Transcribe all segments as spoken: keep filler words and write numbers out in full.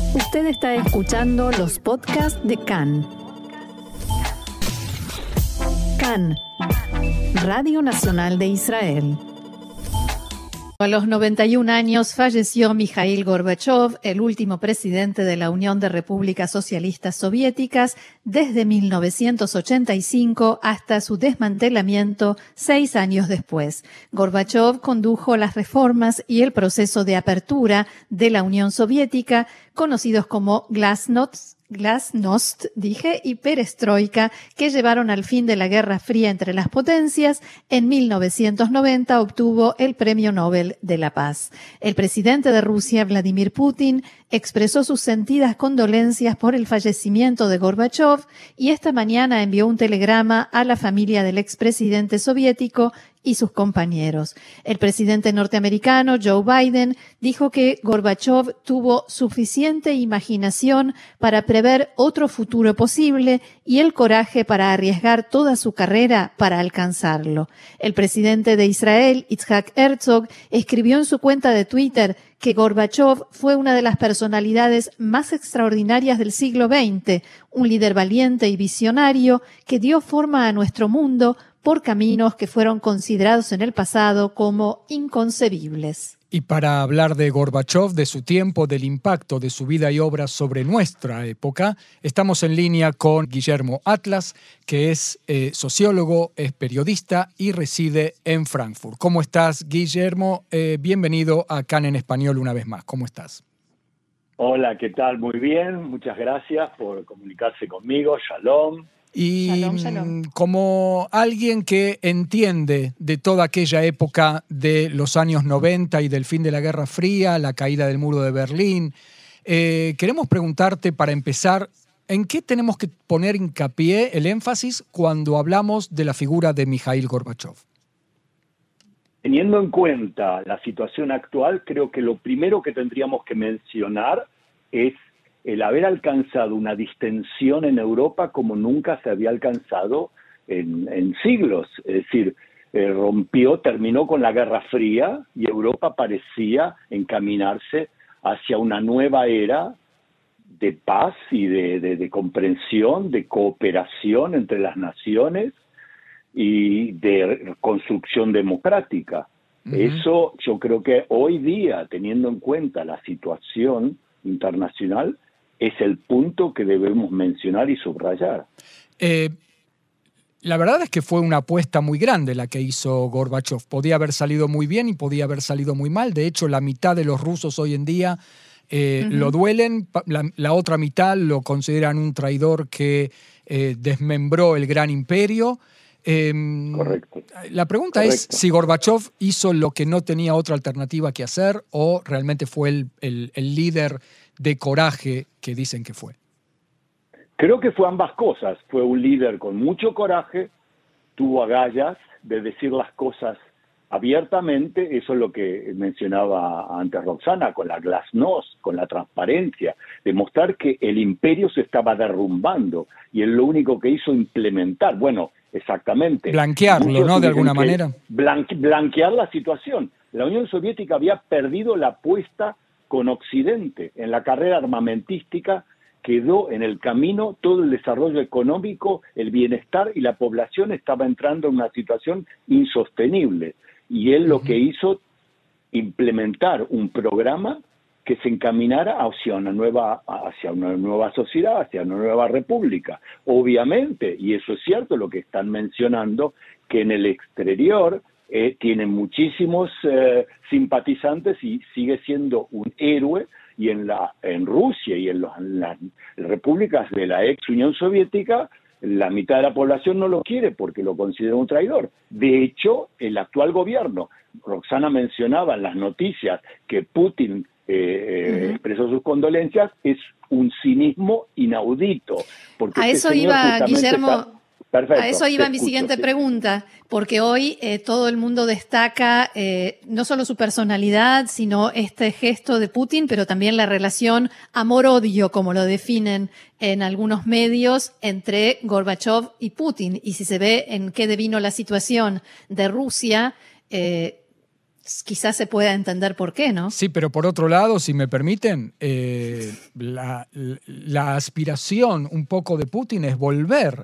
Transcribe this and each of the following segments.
Usted está escuchando los podcasts de C A N. C A N, Radio Nacional de Israel. A los noventa y un años falleció Mikhail Gorbachev, el último presidente de la Unión de Repúblicas Socialistas Soviéticas, desde mil novecientos ochenta y cinco hasta su desmantelamiento seis años después. Gorbachev condujo las reformas y el proceso de apertura de la Unión Soviética, conocidos como Glasnost, Glasnost, dije, y Perestroika, que llevaron al fin de la Guerra Fría entre las potencias. En mil novecientos noventa obtuvo el Premio Nobel de la Paz. El presidente de Rusia, Vladimir Putin, expresó sus sentidas condolencias por el fallecimiento de Gorbachev y esta mañana envió un telegrama a la familia del expresidente soviético y sus compañeros. El presidente norteamericano, Joe Biden, dijo que Gorbachev tuvo suficiente imaginación para prever otro futuro posible y el coraje para arriesgar toda su carrera para alcanzarlo. El presidente de Israel, Yitzhak Herzog, escribió en su cuenta de Twitter que Gorbachev fue una de las personalidades más extraordinarias del siglo veinte, un líder valiente y visionario que dio forma a nuestro mundo por caminos que fueron considerados en el pasado como inconcebibles. Y para hablar de Gorbachev, de su tiempo, del impacto de su vida y obra sobre nuestra época, estamos en línea con Guillermo Atlas, que es eh, sociólogo, es periodista y reside en Frankfurt. ¿Cómo estás, Guillermo? Eh, bienvenido a C A N en Español una vez más. ¿Cómo estás? Hola, ¿qué tal? Muy bien. Muchas gracias por comunicarse conmigo. Shalom. Y shalom, shalom. Como alguien que entiende de toda aquella época de los años noventa y del fin de la Guerra Fría, la caída del muro de Berlín, eh, queremos preguntarte para empezar, ¿en qué tenemos que poner hincapié, el énfasis, cuando hablamos de la figura de Mikhail Gorbachev? Teniendo en cuenta la situación actual, creo que lo primero que tendríamos que mencionar es el haber alcanzado una distensión en Europa como nunca se había alcanzado en, en siglos. Es decir, eh, rompió, terminó con la Guerra Fría y Europa parecía encaminarse hacia una nueva era de paz y de, de, de comprensión, de cooperación entre las naciones y de construcción democrática. Uh-huh. Eso yo creo que hoy día, teniendo en cuenta la situación internacional, es el punto que debemos mencionar y subrayar. Eh, la verdad es que fue una apuesta muy grande la que hizo Gorbachev. Podía haber salido muy bien y podía haber salido muy mal. De hecho, la mitad de los rusos hoy en día eh, uh-huh. lo duelen, la, la otra mitad lo consideran un traidor que eh, desmembró el gran imperio. Eh, Correcto. La pregunta Correcto. es si Gorbachev hizo lo que no tenía otra alternativa que hacer o realmente fue el, el, el líder de coraje que dicen que fue. Creo que fue ambas cosas. Fue un líder con mucho coraje, tuvo agallas de decir las cosas abiertamente. Eso es lo que mencionaba antes Roxana, con la glasnost, con la transparencia, demostrar que el imperio se estaba derrumbando y él lo único que hizo implementar, bueno, exactamente. Blanquearlo, ¿no? De alguna manera. Blanque, blanquear la situación. La Unión Soviética había perdido la apuesta con Occidente. En la carrera armamentística quedó en el camino todo el desarrollo económico, el bienestar, y la población estaba entrando en una situación insostenible. Y él lo que hizo, implementar un programa que se encaminara hacia una nueva, hacia una nueva sociedad, hacia una nueva república. Obviamente, y eso es cierto lo que están mencionando, que en el exterior eh, tiene muchísimos eh, simpatizantes y sigue siendo un héroe, y en, la, en Rusia y en, los, en las repúblicas de la ex Unión Soviética, la mitad de la población no lo quiere porque lo considera un traidor. De hecho, el actual gobierno, Roxana mencionaba en las noticias que Putin eh, uh-huh. expresó sus condolencias, es un cinismo inaudito. Porque a este eso iba, Guillermo, está... Perfecto, a eso iba mi escucho, siguiente sí. pregunta, porque hoy eh, todo el mundo destaca eh, no solo su personalidad, sino este gesto de Putin, pero también la relación amor-odio, como lo definen en algunos medios, entre Gorbachev y Putin. Y si se ve en qué devino la situación de Rusia, eh, quizás se pueda entender por qué, ¿no? Sí, pero por otro lado, si me permiten, eh, la, la aspiración un poco de Putin es volver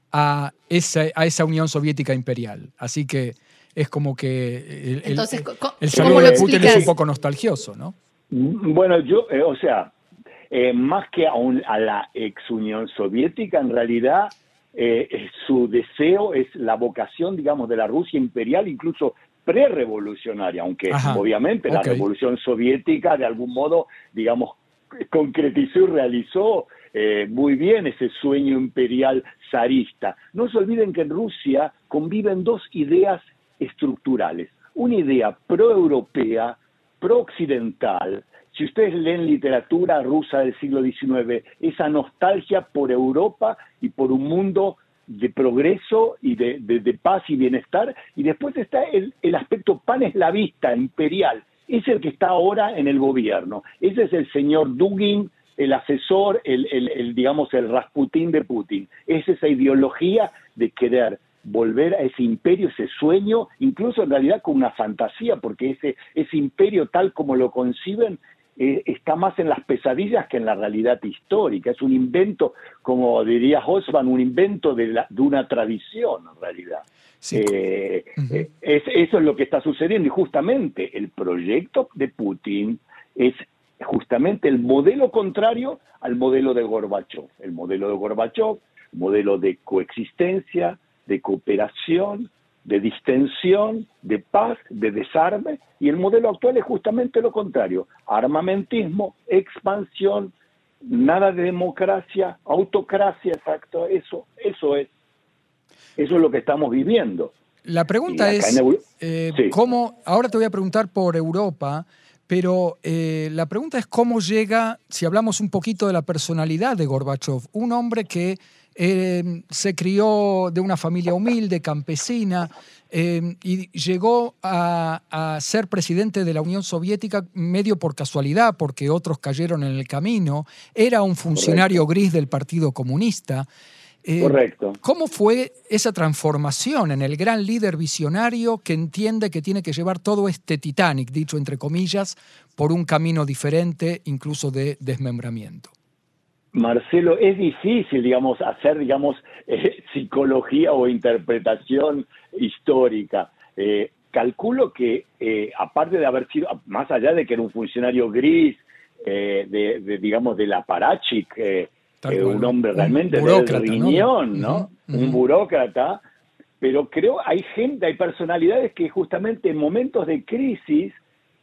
a esa, a esa Unión Soviética imperial. Así que es como que el, Entonces, el, ¿cómo, el saludo ¿cómo lo de Putin explicas? es un poco nostalgioso, ¿no? Bueno, yo, eh, o sea, eh, más que a, un, a la ex Unión Soviética, en realidad eh, su deseo es la vocación, digamos, de la Rusia imperial, incluso prerevolucionaria, aunque Ajá, obviamente la okay. revolución soviética de algún modo, digamos, concretizó y realizó eh, muy bien ese sueño imperial zarista. No se olviden que en Rusia conviven dos ideas estructurales, una idea proeuropea, pro-occidental. Si ustedes leen literatura rusa del siglo diecinueve, esa nostalgia por Europa y por un mundo de progreso y de, de, de paz y bienestar, y después está el, el aspecto paneslavista, imperial, es el que está ahora en el gobierno. Ese es el señor Dugin, el asesor, el, el, el digamos, el Rasputín de Putin. Es esa ideología de querer volver a ese imperio, ese sueño, incluso en realidad con una fantasía, porque ese, ese imperio tal como lo conciben eh, está más en las pesadillas que en la realidad histórica. Es un invento, como diría Hobsbawm, un invento de, la, de una tradición en realidad. Sí. Eh, Uh-huh. eh, es, eso es lo que está sucediendo, y justamente el proyecto de Putin es justamente el modelo contrario al modelo de Gorbachov. El modelo de Gorbachov, modelo de coexistencia, de cooperación, de distensión, de paz, de desarme, y el modelo actual es justamente lo contrario: armamentismo, expansión, nada de democracia, autocracia, exacto, eso, eso es, eso es lo que estamos viviendo. La pregunta es, en... eh, sí. ¿cómo? Ahora te voy a preguntar por Europa, pero eh, la pregunta es cómo llega, si hablamos un poquito de la personalidad de Gorbachov, un hombre que eh, se crió de una familia humilde, campesina, eh, y llegó a, a ser presidente de la Unión Soviética medio por casualidad, porque otros cayeron en el camino. Era un funcionario Correcto. gris del Partido Comunista. Eh, Correcto. ¿Cómo fue esa transformación en el gran líder visionario que entiende que tiene que llevar todo este Titanic, dicho entre comillas, por un camino diferente, incluso de desmembramiento? Marcelo, es difícil, digamos, hacer, digamos, eh, psicología o interpretación histórica. Eh, calculo que, eh, aparte de haber sido, más allá de que era un funcionario gris, eh, de, de, digamos, del aparachic, eh, eh, un hombre realmente un del riñón, ¿no? Uh-huh, uh-huh. Un burócrata, pero creo hay gente, hay personalidades que justamente en momentos de crisis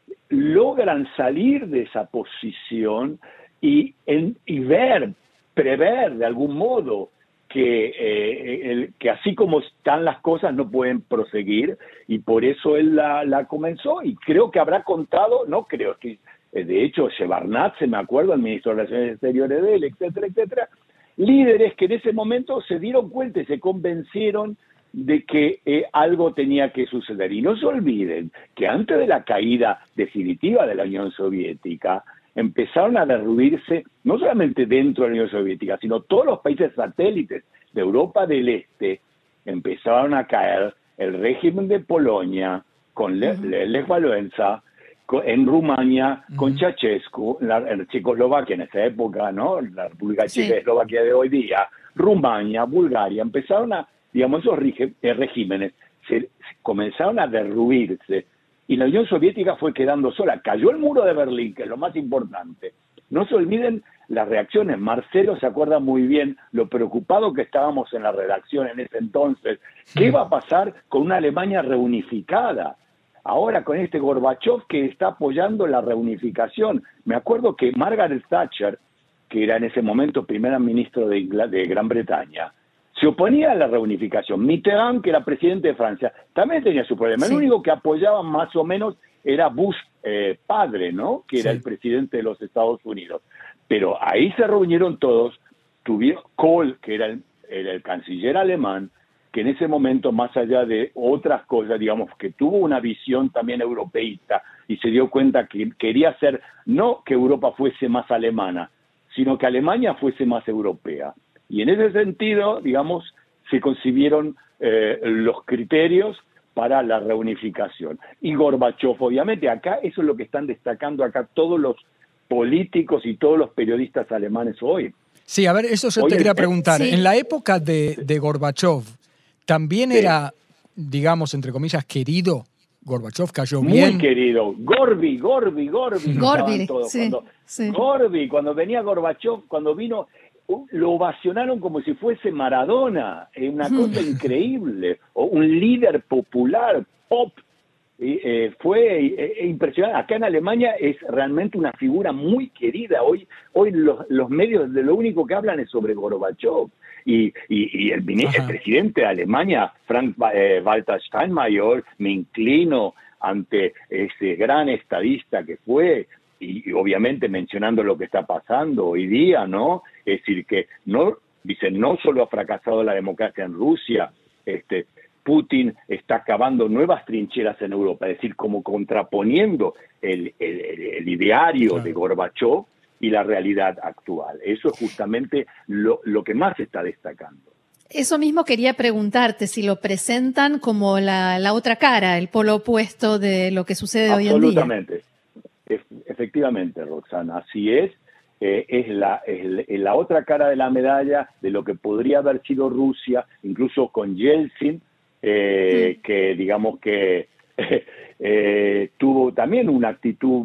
logran salir de esa posición y, en, y ver, prever de algún modo que, eh, el, que así como están las cosas no pueden proseguir, y por eso él la, la comenzó, y creo que habrá contado, no creo, que de hecho Shevardnadze, me acuerdo, el ministro de Relaciones Exteriores de él, etcétera, etcétera, líderes que en ese momento se dieron cuenta y se convencieron de que eh, algo tenía que suceder. Y no se olviden que antes de la caída definitiva de la Unión Soviética, empezaron a derruirse, no solamente dentro de la Unión Soviética, sino todos los países satélites de Europa del Este, empezaron a caer. El régimen de Polonia, con Le- Uh-huh. Lech Walesa, en Rumania, uh-huh. con Ceausescu, la, en Checoslovaquia en esa época, ¿no? La República Sí. Checa y Eslovaquia de hoy día, Rumania, Bulgaria, empezaron a, digamos, esos rige, eh, regímenes se, se comenzaron a derruirse, y la Unión Soviética fue quedando sola. Cayó el muro de Berlín, que es lo más importante. No se olviden las reacciones. Marcelo se acuerda muy bien lo preocupado que estábamos en la redacción en ese entonces. ¿Qué va a pasar con una Alemania reunificada? Ahora con este Gorbachov que está apoyando la reunificación. Me acuerdo que Margaret Thatcher, que era en ese momento primera ministra de, Ingl- de Gran Bretaña, se oponía a la reunificación. Mitterrand, que era presidente de Francia, también tenía su problema. Sí. El único que apoyaba más o menos era Bush eh, padre, ¿no? Que era Sí. el presidente de los Estados Unidos. Pero ahí se reunieron todos, tuvieron Kohl, que era el, era el canciller alemán, que en ese momento, más allá de otras cosas, digamos, que tuvo una visión también europeísta y se dio cuenta que quería hacer, no que Europa fuese más alemana, sino que Alemania fuese más europea. Y en ese sentido, digamos, se concibieron eh, los criterios para la reunificación. Y Gorbachov, obviamente, acá eso es lo que están destacando acá todos los políticos y todos los periodistas alemanes hoy. Sí, a ver, eso yo Hoy te el- quería preguntar. Sí. En la época de, de Gorbachov, ¿también Sí. era, digamos, entre comillas, querido? Gorbachov cayó Muy bien. querido. Gorbi, Gorbi, Gorbi. Gorbi, estaban todos. sí, Cuando, sí. Gorbi, cuando venía Gorbachov, cuando vino, uh, lo ovacionaron como si fuese Maradona. Es una cosa increíble. O un líder popular, pop. Y, eh, fue eh, impresionante. Acá en Alemania es realmente una figura muy querida. Hoy, hoy los, los medios de lo único que hablan es sobre Gorbachov. Y, y, y el, mini- el presidente de Alemania, Frank eh, Walter Steinmeier, me inclino ante ese gran estadista que fue, y, y obviamente mencionando lo que está pasando hoy día, ¿no? Es decir, que no, dicen, no solo ha fracasado la democracia en Rusia, este Putin está cavando nuevas trincheras en Europa, es decir, como contraponiendo el, el, el ideario Claro. de Gorbachov y la realidad actual. Eso es justamente lo, lo que más se está destacando. Eso mismo quería preguntarte, si lo presentan como la, la otra cara, el polo opuesto de lo que sucede hoy en día. Absolutamente. Es, efectivamente, Roxana, así es. Eh, es, la, es la otra cara de la medalla de lo que podría haber sido Rusia, incluso con Yeltsin, eh, mm. que digamos que eh, tuvo también una actitud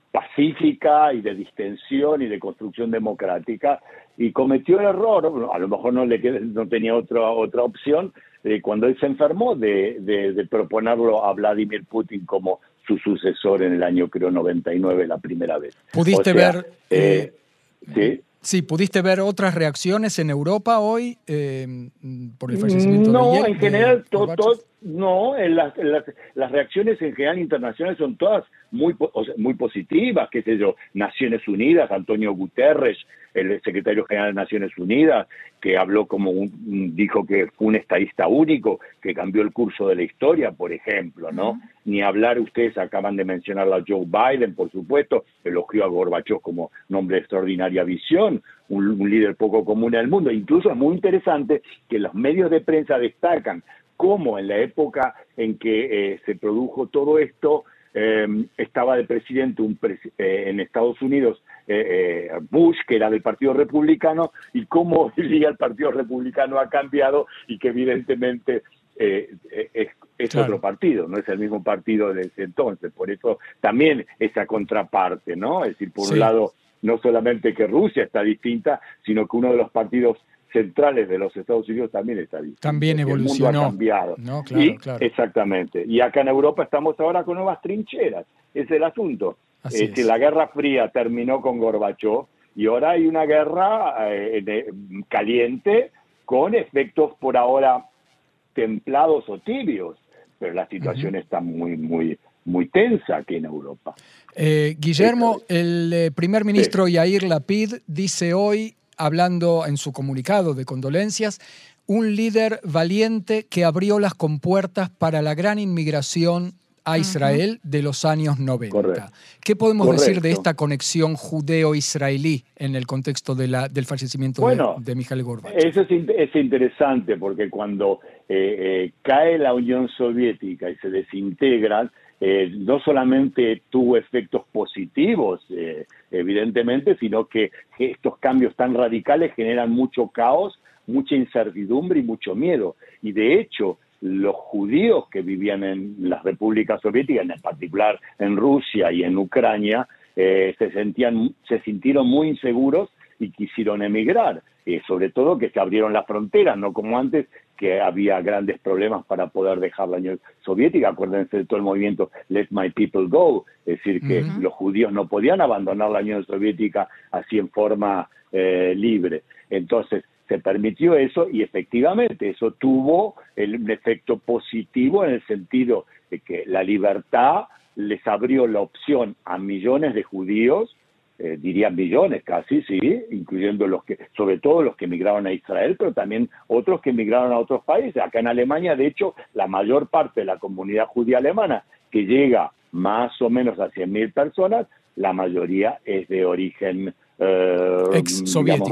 pacífica y de distensión y de construcción democrática, y cometió el error, a lo mejor no le quedó, no tenía otra otra opción, eh, cuando él se enfermó de, de, de proponerlo a Vladimir Putin como su sucesor en el año, creo, noventa y nueve, la primera vez. ¿Pudiste o sea, ver... Eh, eh, ¿sí? Sí, ¿pudiste ver otras reacciones en Europa hoy eh, por el fallecimiento no, de Yel, en general, de to, to, no, en las, en las, las reacciones en general internacionales son todas muy, o sea, muy positivas, qué sé yo, Naciones Unidas, Antonio Guterres, el secretario general de Naciones Unidas, que habló como un, dijo que fue un estadista único, que cambió el curso de la historia, por ejemplo, ¿no? Uh-huh. Ni hablar, ustedes acaban de mencionar a Joe Biden, por supuesto, elogió a Gorbachov como nombre de extraordinaria visión, un, un líder poco común en el mundo. Incluso es muy interesante que los medios de prensa destacan cómo en la época en que eh, se produjo todo esto, eh, estaba de presidente un pres eh, en Estados Unidos eh, eh, Bush, que era del Partido Republicano, y cómo hoy día el Partido Republicano ha cambiado y que evidentemente eh, es, es claro. otro partido, no es el mismo partido de ese entonces. Por eso también esa contraparte, ¿no? Es decir, por sí. un lado, no solamente que Rusia está distinta, sino que uno de los partidos centrales de los Estados Unidos también está distinto. También evolucionó. El mundo ha cambiado. No, claro, y, claro. Exactamente. Y acá en Europa estamos ahora con nuevas trincheras. Ese es el asunto. Así es es. decir, la Guerra Fría terminó con Gorbachov y ahora hay una guerra eh, de, caliente con efectos por ahora templados o tibios, pero la situación uh-huh. está muy, muy, muy tensa aquí en Europa. Eh, Guillermo, el eh, primer ministro sí. Yair Lapid dice hoy, hablando en su comunicado de condolencias, un líder valiente que abrió las compuertas para la gran inmigración a Israel uh-huh. de los años noventa. Correcto. ¿Qué podemos Correcto. decir de esta conexión judeo-israelí en el contexto de la, del fallecimiento bueno, de, de Mikhail Gorbachov? Eso es, es interesante porque cuando eh, eh, cae la Unión Soviética y se desintegran, eh, no solamente tuvo efectos positivos, eh, evidentemente, sino que estos cambios tan radicales generan mucho caos, mucha incertidumbre y mucho miedo. Y de hecho, los judíos que vivían en las repúblicas soviéticas, en particular en Rusia y en Ucrania, eh, se sentían, se sintieron muy inseguros y quisieron emigrar. Eh, sobre todo que se abrieron las fronteras, no como antes, que había grandes problemas para poder dejar la Unión Soviética. Acuérdense de todo el movimiento Let My People Go, es decir, que uh-huh. los judíos no podían abandonar la Unión Soviética así en forma eh, libre. Entonces, se permitió eso y efectivamente eso tuvo el, un efecto positivo en el sentido de que la libertad les abrió la opción a millones de judíos, eh, diría millones casi, sí, incluyendo los que, sobre todo los que emigraron a Israel, pero también otros que emigraron a otros países. Acá en Alemania, de hecho, la mayor parte de la comunidad judía alemana, que llega más o menos a cien mil personas, la mayoría es de origen eh, ex-soviético, digamos, ruso.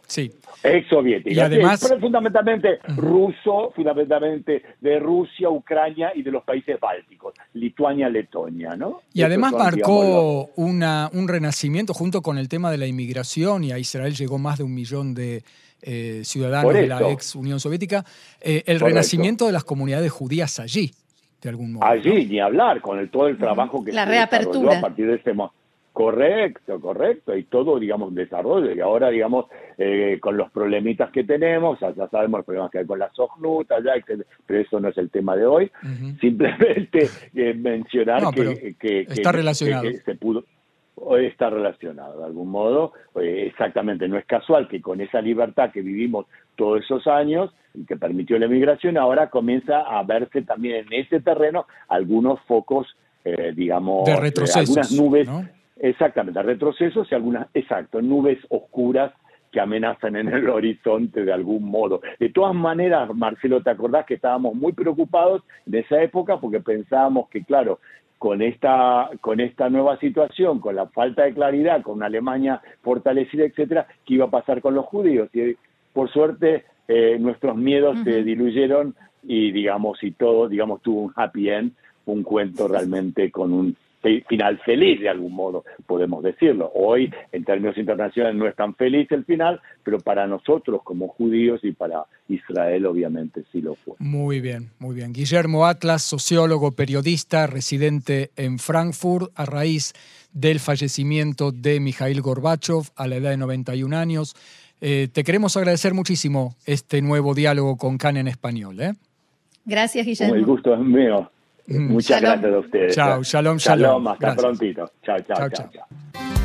Sí. Ex soviética. Y además, sí, pero fundamentalmente uh-huh. ruso, fundamentalmente de Rusia, Ucrania y de los países bálticos, Lituania, Letonia, ¿no? Y Esos además son, marcó digamos, los... una, un renacimiento junto con el tema de la inmigración, y a Israel llegó más de un millón de eh, ciudadanos de la ex Unión Soviética, eh, el Correcto. renacimiento de las comunidades judías allí, de algún modo. Allí, ¿no? ni hablar, con el, todo el trabajo que la se reapertura. desarrolló a partir de este momento. Correcto, correcto, y todo, digamos, desarrollo, y ahora, digamos, eh, con los problemitas que tenemos, ya, ya sabemos los problemas que hay con la Sojnut, allá, etcétera, pero eso no es el tema de hoy, uh-huh. simplemente eh, mencionar no, que, que, está que, relacionado. Que, que se pudo, está relacionado de algún modo, eh, exactamente, no es casual que con esa libertad que vivimos todos esos años, y que permitió la emigración, ahora comienza a verse también en ese terreno algunos focos, eh, digamos, de retrocesos, eh, algunas nubes, ¿no? Exactamente, retrocesos y algunas, exacto, nubes oscuras que amenazan en el horizonte de algún modo. De todas maneras, Marcelo, ¿te acordás que estábamos muy preocupados en esa época porque pensábamos que, claro, con esta, con esta nueva situación, con la falta de claridad, con una Alemania fortalecida, etcétera, qué iba a pasar con los judíos? Y por suerte, eh, nuestros miedos uh-huh. se diluyeron y, digamos, y todo, digamos, tuvo un happy end, un cuento realmente con un final feliz, de algún modo, podemos decirlo. Hoy, en términos internacionales, no es tan feliz el final, pero para nosotros como judíos y para Israel, obviamente, sí lo fue. Muy bien, muy bien. Guillermo Atlas, sociólogo, periodista, residente en Frankfurt, a raíz del fallecimiento de Mikhail Gorbachov a la edad de noventa y un años. Eh, te queremos agradecer muchísimo este nuevo diálogo con C A N en español. ¿eh? Gracias, Guillermo. El gusto es mío. Muchas shalom. gracias a ustedes. Chao, shalom, shalom. shalom. Hasta Gracias. prontito. Chao, chao, chao. chao.